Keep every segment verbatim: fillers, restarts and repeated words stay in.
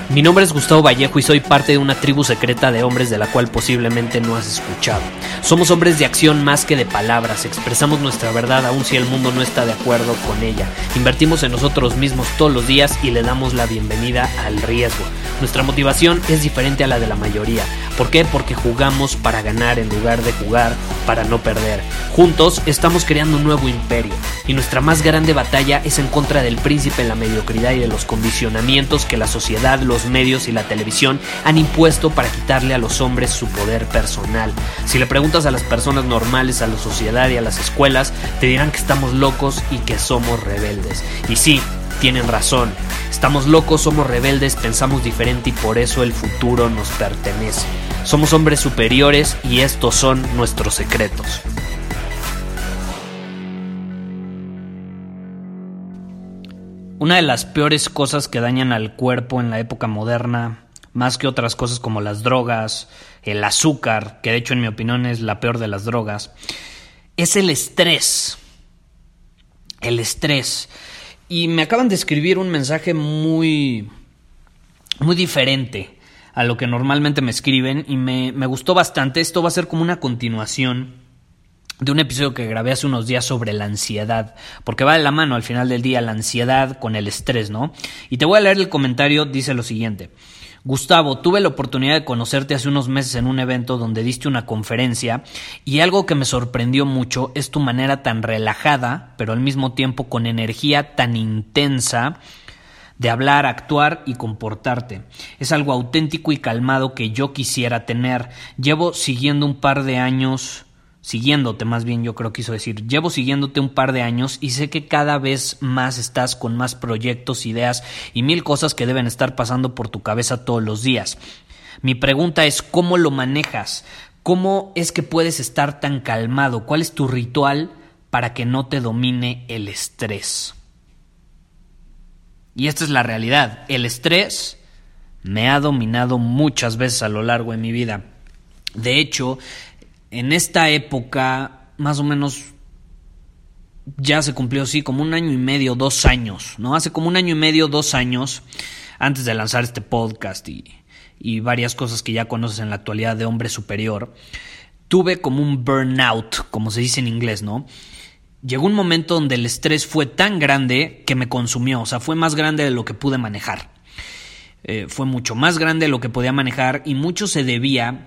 Mi nombre es Gustavo Vallejo y soy parte de una tribu secreta de hombres de la cual posiblemente no has escuchado. Somos hombres de acción más que de palabras, expresamos nuestra verdad aun si el mundo no está de acuerdo con ella. Invertimos en nosotros mismos todos los días y le damos la bienvenida al riesgo. Nuestra motivación es diferente a la de la mayoría. ¿Por qué? Porque jugamos para ganar en lugar de jugar para no perder. Juntos estamos creando un nuevo imperio y nuestra más grande batalla es en contra del príncipe, la mediocridad y de los condicionamientos que la sociedad, los medios y la televisión han impuesto para quitarle a los hombres su poder personal. Si le preguntas a las personas normales, a la sociedad y a las escuelas, te dirán que estamos locos y que somos rebeldes. Y sí, tienen razón. Estamos locos, somos rebeldes, pensamos diferente y por eso el futuro nos pertenece. Somos hombres superiores y estos son nuestros secretos. Una de las peores cosas que dañan al cuerpo en la época moderna, más que otras cosas como las drogas, el azúcar, que de hecho en mi opinión es la peor de las drogas, es el estrés. El estrés. Y me acaban de escribir un mensaje muy, muy diferente a lo que normalmente me escriben y me, me gustó bastante. Esto va a ser como una continuación de un episodio que grabé hace unos días sobre la ansiedad, porque va de la mano al final del día la ansiedad con el estrés, ¿no? Y te voy a leer el comentario, dice lo siguiente: Gustavo, tuve la oportunidad de conocerte hace unos meses en un evento donde diste una conferencia y algo que me sorprendió mucho es tu manera tan relajada, pero al mismo tiempo con energía tan intensa de hablar, actuar y comportarte. Es algo auténtico y calmado que yo quisiera tener. Llevo siguiendo un par de años... Siguiéndote, más bien yo creo que quiso decir, llevo siguiéndote un par de años y sé que cada vez más estás con más proyectos, ideas y mil cosas que deben estar pasando por tu cabeza todos los días. Mi pregunta es, ¿cómo lo manejas? ¿Cómo es que puedes estar tan calmado? ¿Cuál es tu ritual para que no te domine el estrés? Y esta es la realidad, el estrés me ha dominado muchas veces a lo largo de mi vida. De hecho, en esta época, más o menos, ya se cumplió, sí, como un año y medio, dos años, ¿no? Hace como un año y medio, dos años, antes de lanzar este podcast y, y varias cosas que ya conoces en la actualidad de hombre superior, tuve como un burnout, como se dice en inglés, ¿no? Llegó un momento donde el estrés fue tan grande que me consumió, o sea, fue más grande de lo que pude manejar. Eh, fue mucho más grande de lo que podía manejar y mucho se debía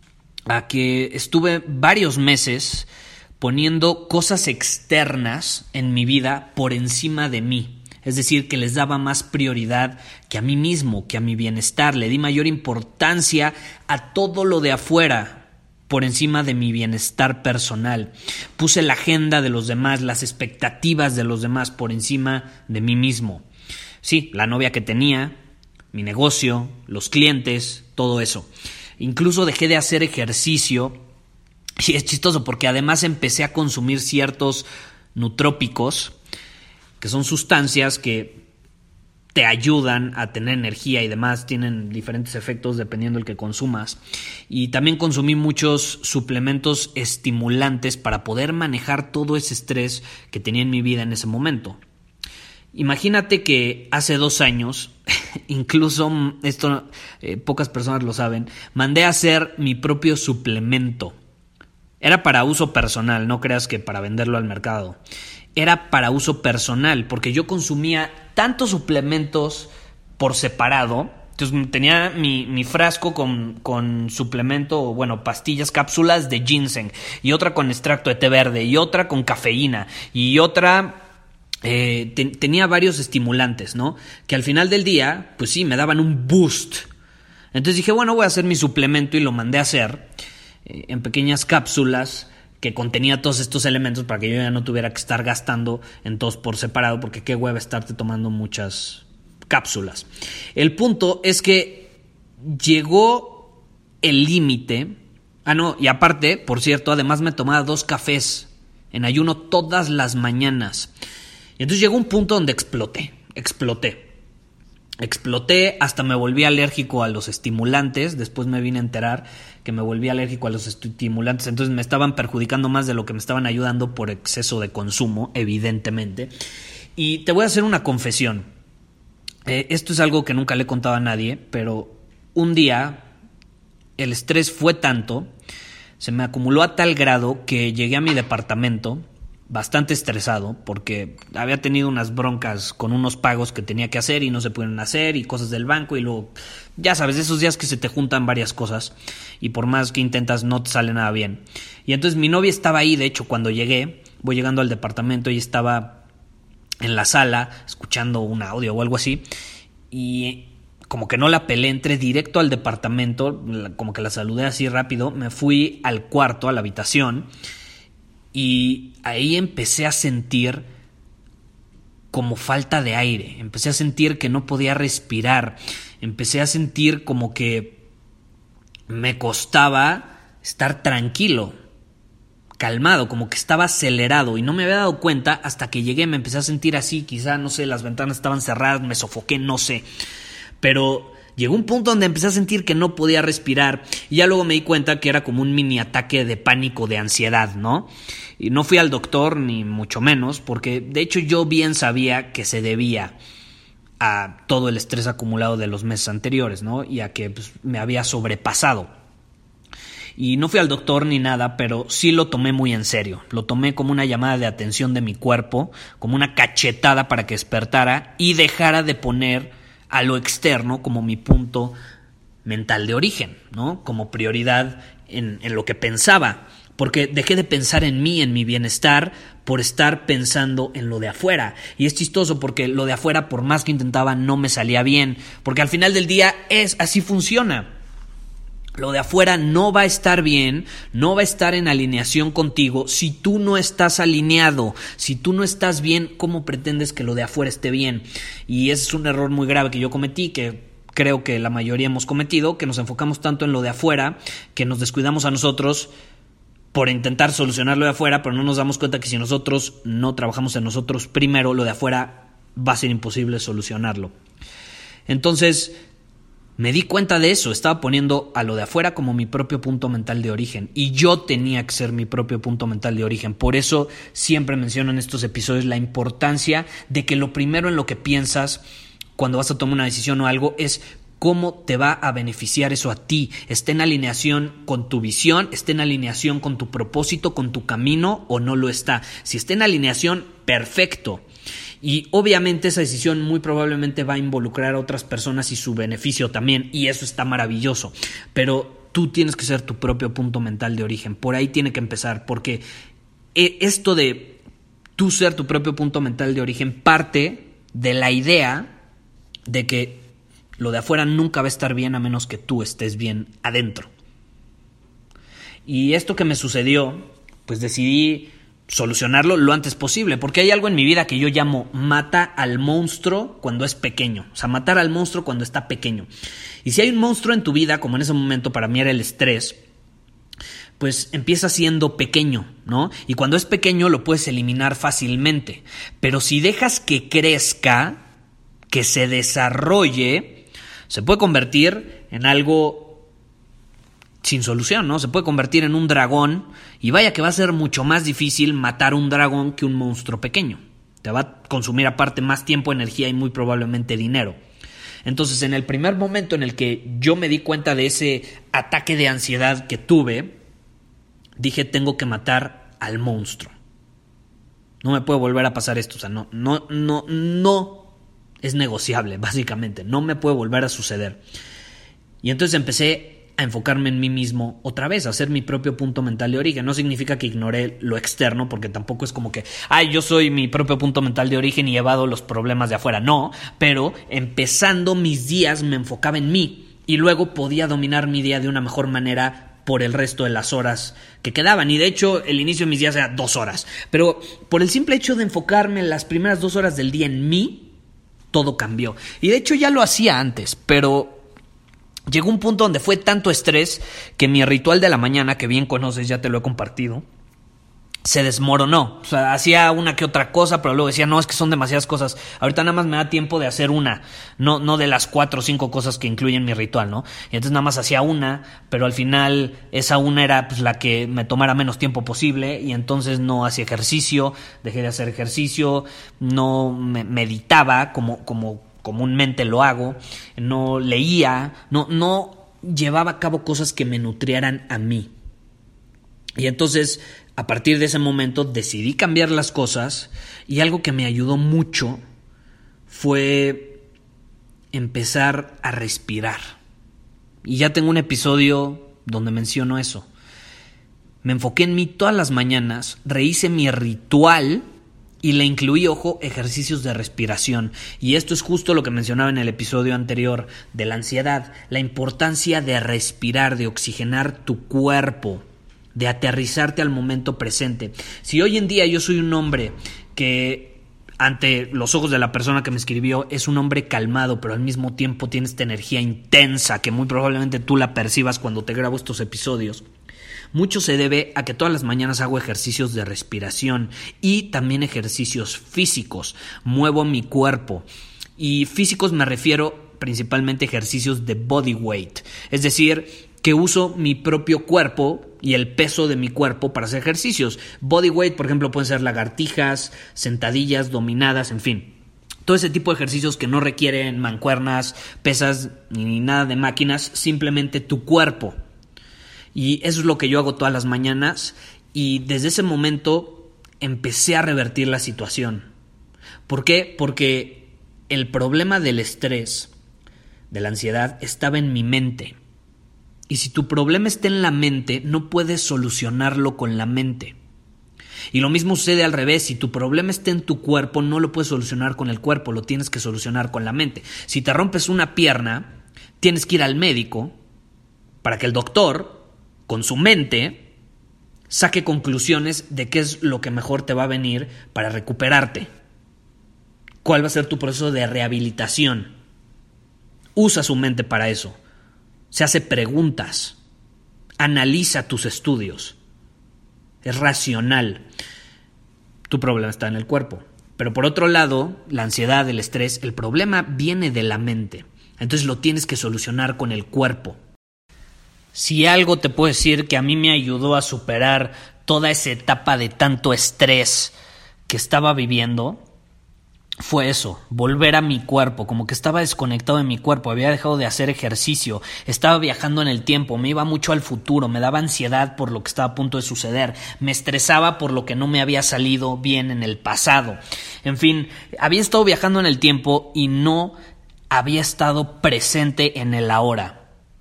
a que estuve varios meses poniendo cosas externas en mi vida por encima de mí. Es decir, que les daba más prioridad que a mí mismo, que a mi bienestar. Le di mayor importancia a todo lo de afuera por encima de mi bienestar personal. Puse la agenda de los demás, las expectativas de los demás por encima de mí mismo. Sí, la novia que tenía, mi negocio, los clientes, todo eso. Incluso dejé de hacer ejercicio y es chistoso porque además empecé a consumir ciertos nutrópicos, que son sustancias que te ayudan a tener energía y demás, tienen diferentes efectos dependiendo del que consumas. Y también consumí muchos suplementos estimulantes para poder manejar todo ese estrés que tenía en mi vida en ese momento. Imagínate que hace dos años, incluso esto eh, pocas personas lo saben, mandé a hacer mi propio suplemento. Era para uso personal, no creas que para venderlo al mercado. Era para uso personal, porque yo consumía tantos suplementos por separado. Entonces tenía mi, mi frasco con, con suplemento, bueno, pastillas, cápsulas de ginseng, y otra con extracto de té verde, y otra con cafeína, y otra... Eh, te, tenía varios estimulantes, ¿no? Que al final del día, pues sí, me daban un boost. Entonces dije, bueno, voy a hacer mi suplemento y lo mandé a hacer eh, en pequeñas cápsulas que contenía todos estos elementos para que yo ya no tuviera que estar gastando en todos por separado, porque qué hueva estarte tomando muchas cápsulas. El punto es que llegó el límite. Ah, no, y aparte, por cierto, además me tomaba dos cafés en ayuno todas las mañanas. Y entonces llegó un punto donde exploté, exploté, exploté, hasta me volví alérgico a los estimulantes. Después me vine a enterar que me volví alérgico a los estimulantes, entonces me estaban perjudicando más de lo que me estaban ayudando por exceso de consumo, evidentemente. Y te voy a hacer una confesión. Eh, esto es algo que nunca le he contado a nadie, pero un día el estrés fue tanto, se me acumuló a tal grado que llegué a mi departamento bastante estresado porque había tenido unas broncas con unos pagos que tenía que hacer y no se pueden hacer y cosas del banco y luego, ya sabes, esos días que se te juntan varias cosas y por más que intentas no te sale nada bien. Y entonces mi novia estaba ahí, de hecho cuando llegué, voy llegando al departamento y estaba en la sala escuchando un audio o algo así y como que no la pelé, entré directo al departamento, como que la saludé así rápido, me fui al cuarto, a la habitación. Y ahí empecé a sentir como falta de aire, empecé a sentir que no podía respirar, empecé a sentir como que me costaba estar tranquilo, calmado, como que estaba acelerado y no me había dado cuenta hasta que llegué, me empecé a sentir así, quizá, no sé, las ventanas estaban cerradas, me sofoqué, no sé, pero llegó un punto donde empecé a sentir que no podía respirar y ya luego me di cuenta que era como un mini ataque de pánico, de ansiedad, ¿no? Y no fui al doctor ni mucho menos porque de hecho yo bien sabía que se debía a todo el estrés acumulado de los meses anteriores, ¿no? Y a que pues, me había sobrepasado. Y no fui al doctor ni nada, pero sí lo tomé muy en serio. Lo tomé como una llamada de atención de mi cuerpo, como una cachetada para que despertara y dejara de poner a lo externo como mi punto mental de origen, ¿no? Como prioridad en, en lo que pensaba, porque dejé de pensar en mí, en mi bienestar, por estar pensando en lo de afuera. Y es chistoso porque lo de afuera, por más que intentaba, no me salía bien, porque al final del día es así funciona. Lo de afuera no va a estar bien, no va a estar en alineación contigo si tú no estás alineado, si tú no estás bien, ¿cómo pretendes que lo de afuera esté bien? Y ese es un error muy grave que yo cometí, que creo que la mayoría hemos cometido, que nos enfocamos tanto en lo de afuera, que nos descuidamos a nosotros por intentar solucionar lo de afuera, pero no nos damos cuenta que si nosotros no trabajamos en nosotros primero, lo de afuera va a ser imposible solucionarlo. Entonces me di cuenta de eso, estaba poniendo a lo de afuera como mi propio punto mental de origen y yo tenía que ser mi propio punto mental de origen. Por eso siempre menciono en estos episodios la importancia de que lo primero en lo que piensas cuando vas a tomar una decisión o algo es cómo te va a beneficiar eso a ti. Esté en alineación con tu visión, esté en alineación con tu propósito, con tu camino o no lo está. Si está en alineación, perfecto. Y obviamente esa decisión muy probablemente va a involucrar a otras personas y su beneficio también, y eso está maravilloso, pero tú tienes que ser tu propio punto mental de origen, por ahí tiene que empezar, porque esto de tú ser tu propio punto mental de origen parte de la idea de que lo de afuera nunca va a estar bien a menos que tú estés bien adentro. Y esto que me sucedió, pues decidí solucionarlo lo antes posible, porque hay algo en mi vida que yo llamo mata al monstruo cuando es pequeño, o sea, matar al monstruo cuando está pequeño. Y si hay un monstruo en tu vida, como en ese momento para mí era el estrés, pues empieza siendo pequeño, ¿no? Y cuando es pequeño lo puedes eliminar fácilmente, pero si dejas que crezca, que se desarrolle, se puede convertir en algo sin solución, ¿no? Se puede convertir en un dragón y vaya que va a ser mucho más difícil matar un dragón que un monstruo pequeño. Te va a consumir aparte más tiempo, energía y muy probablemente dinero. Entonces, en el primer momento en el que yo me di cuenta de ese ataque de ansiedad que tuve, dije, tengo que matar al monstruo. No me puede volver a pasar esto, o sea, no, no, no, no es negociable, básicamente. No me puede volver a suceder. Y entonces empecé a enfocarme en mí mismo otra vez, a ser mi propio punto mental de origen. No significa que ignoré lo externo, porque tampoco es como que, ay, yo soy mi propio punto mental de origen y evado los problemas de afuera. No, pero empezando mis días me enfocaba en mí y luego podía dominar mi día de una mejor manera por el resto de las horas que quedaban. Y de hecho, el inicio de mis días era dos horas. Pero por el simple hecho de enfocarme en las primeras dos horas del día en mí, todo cambió. Y de hecho ya lo hacía antes, pero llegó un punto donde fue tanto estrés que mi ritual de la mañana, que bien conoces, ya te lo he compartido, se desmoronó. O sea, hacía una que otra cosa, pero luego decía, no, es que son demasiadas cosas. Ahorita nada más me da tiempo de hacer una, no, no de las cuatro o cinco cosas que incluyen mi ritual, ¿no? Y entonces nada más hacía una, pero al final esa una era pues la que me tomara menos tiempo posible y entonces no hacía ejercicio, dejé de hacer ejercicio, no me meditaba como, como comúnmente lo hago, no leía, no, no llevaba a cabo cosas que me nutrieran a mí. Y entonces, a partir de ese momento, decidí cambiar las cosas y algo que me ayudó mucho fue empezar a respirar. Y ya tengo un episodio donde menciono eso. Me enfoqué en mí todas las mañanas, rehice mi ritual y le incluí, ojo, ejercicios de respiración. Y esto es justo lo que mencionaba en el episodio anterior de la ansiedad, la importancia de respirar, de oxigenar tu cuerpo, de aterrizarte al momento presente. Si hoy en día yo soy un hombre que ante los ojos de la persona que me escribió es un hombre calmado, pero al mismo tiempo tiene esta energía intensa que muy probablemente tú la percibas cuando te grabo estos episodios, mucho se debe a que todas las mañanas hago ejercicios de respiración y también ejercicios físicos. Muevo mi cuerpo. Y físicos me refiero principalmente a ejercicios de body weight. Es decir, que uso mi propio cuerpo y el peso de mi cuerpo para hacer ejercicios. Body weight, por ejemplo, pueden ser lagartijas, sentadillas, dominadas, en fin. Todo ese tipo de ejercicios que no requieren mancuernas, pesas ni nada de máquinas, simplemente tu cuerpo. Y eso es lo que yo hago todas las mañanas y desde ese momento empecé a revertir la situación. ¿Por qué? Porque el problema del estrés, de la ansiedad, estaba en mi mente. Y si tu problema está en la mente, no puedes solucionarlo con la mente. Y lo mismo sucede al revés. Si tu problema está en tu cuerpo, no lo puedes solucionar con el cuerpo, lo tienes que solucionar con la mente. Si te rompes una pierna, tienes que ir al médico para que el doctor, con su mente, saque conclusiones de qué es lo que mejor te va a venir para recuperarte. ¿Cuál va a ser tu proceso de rehabilitación? Usa su mente para eso. Se hace preguntas. Analiza tus estudios. Es racional. Tu problema está en el cuerpo. Pero por otro lado, la ansiedad, el estrés, el problema viene de la mente. Entonces lo tienes que solucionar con el cuerpo. Si algo te puedo decir que a mí me ayudó a superar toda esa etapa de tanto estrés que estaba viviendo, fue eso, volver a mi cuerpo, como que estaba desconectado de mi cuerpo, había dejado de hacer ejercicio, estaba viajando en el tiempo, me iba mucho al futuro, me daba ansiedad por lo que estaba a punto de suceder, me estresaba por lo que no me había salido bien en el pasado. En fin, había estado viajando en el tiempo y no había estado presente en el ahora.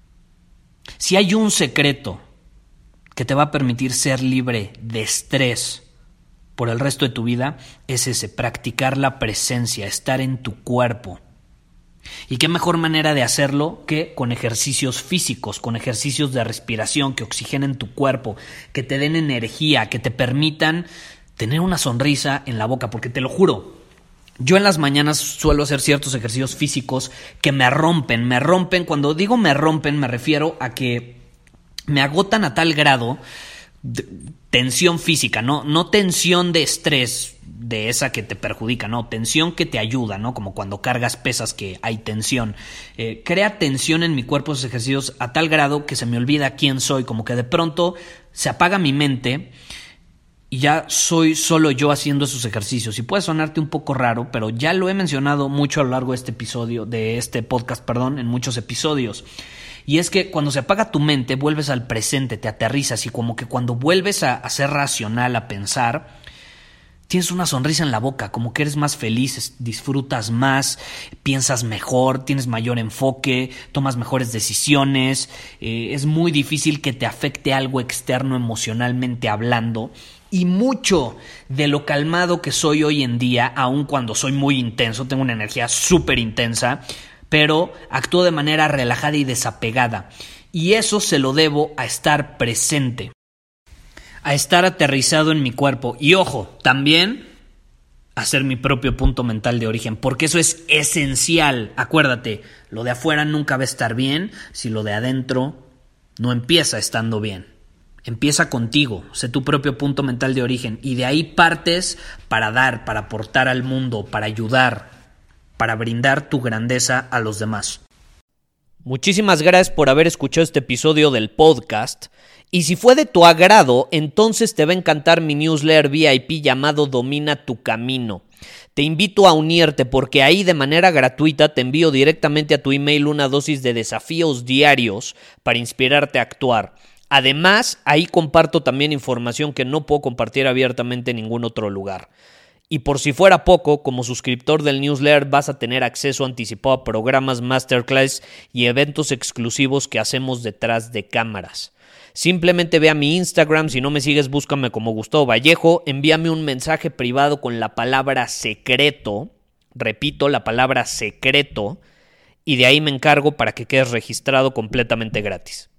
Si hay un secreto que te va a permitir ser libre de estrés por el resto de tu vida, es ese, practicar la presencia, estar en tu cuerpo. ¿Y qué mejor manera de hacerlo que con ejercicios físicos, con ejercicios de respiración que oxigenen tu cuerpo, que te den energía, que te permitan tener una sonrisa en la boca? Porque te lo juro, yo en las mañanas suelo hacer ciertos ejercicios físicos que me rompen, me rompen. Cuando digo me rompen, me refiero a que me agotan a tal grado de tensión física, no, no tensión de estrés, de esa que te perjudica, no, tensión que te ayuda, ¿no? Como cuando cargas pesas que hay tensión. Eh, crea tensión en mi cuerpo esos ejercicios a tal grado que se me olvida quién soy, como que de pronto se apaga mi mente y ya soy solo yo haciendo esos ejercicios. Y puede sonarte un poco raro, pero ya lo he mencionado mucho a lo largo de este episodio, de este podcast, perdón, en muchos episodios. Y es que cuando se apaga tu mente, vuelves al presente, te aterrizas y como que cuando vuelves a, a ser racional, a pensar, tienes una sonrisa en la boca, como que eres más feliz, disfrutas más, piensas mejor, tienes mayor enfoque, tomas mejores decisiones. Eh, es muy difícil que te afecte algo externo emocionalmente hablando. Y mucho de lo calmado que soy hoy en día, aun cuando soy muy intenso, tengo una energía súper intensa, pero actúo de manera relajada y desapegada. Y eso se lo debo a estar presente, a estar aterrizado en mi cuerpo. Y ojo, también a ser mi propio punto mental de origen, porque eso es esencial. Acuérdate, lo de afuera nunca va a estar bien si lo de adentro no empieza estando bien. Empieza contigo, sé tu propio punto mental de origen y de ahí partes para dar, para aportar al mundo, para ayudar, para brindar tu grandeza a los demás. Muchísimas gracias por haber escuchado este episodio del podcast. Y si fue de tu agrado, entonces te va a encantar mi newsletter V I P llamado Domina tu Camino. Te invito a unirte porque ahí de manera gratuita te envío directamente a tu email una dosis de desafíos diarios para inspirarte a actuar. Además, ahí comparto también información que no puedo compartir abiertamente en ningún otro lugar. Y por si fuera poco, como suscriptor del newsletter vas a tener acceso anticipado a programas, masterclass y eventos exclusivos que hacemos detrás de cámaras. Simplemente ve a mi Instagram, si no me sigues búscame como Gustavo Vallejo, envíame un mensaje privado con la palabra secreto, repito, la palabra secreto, y de ahí me encargo para que quedes registrado completamente gratis.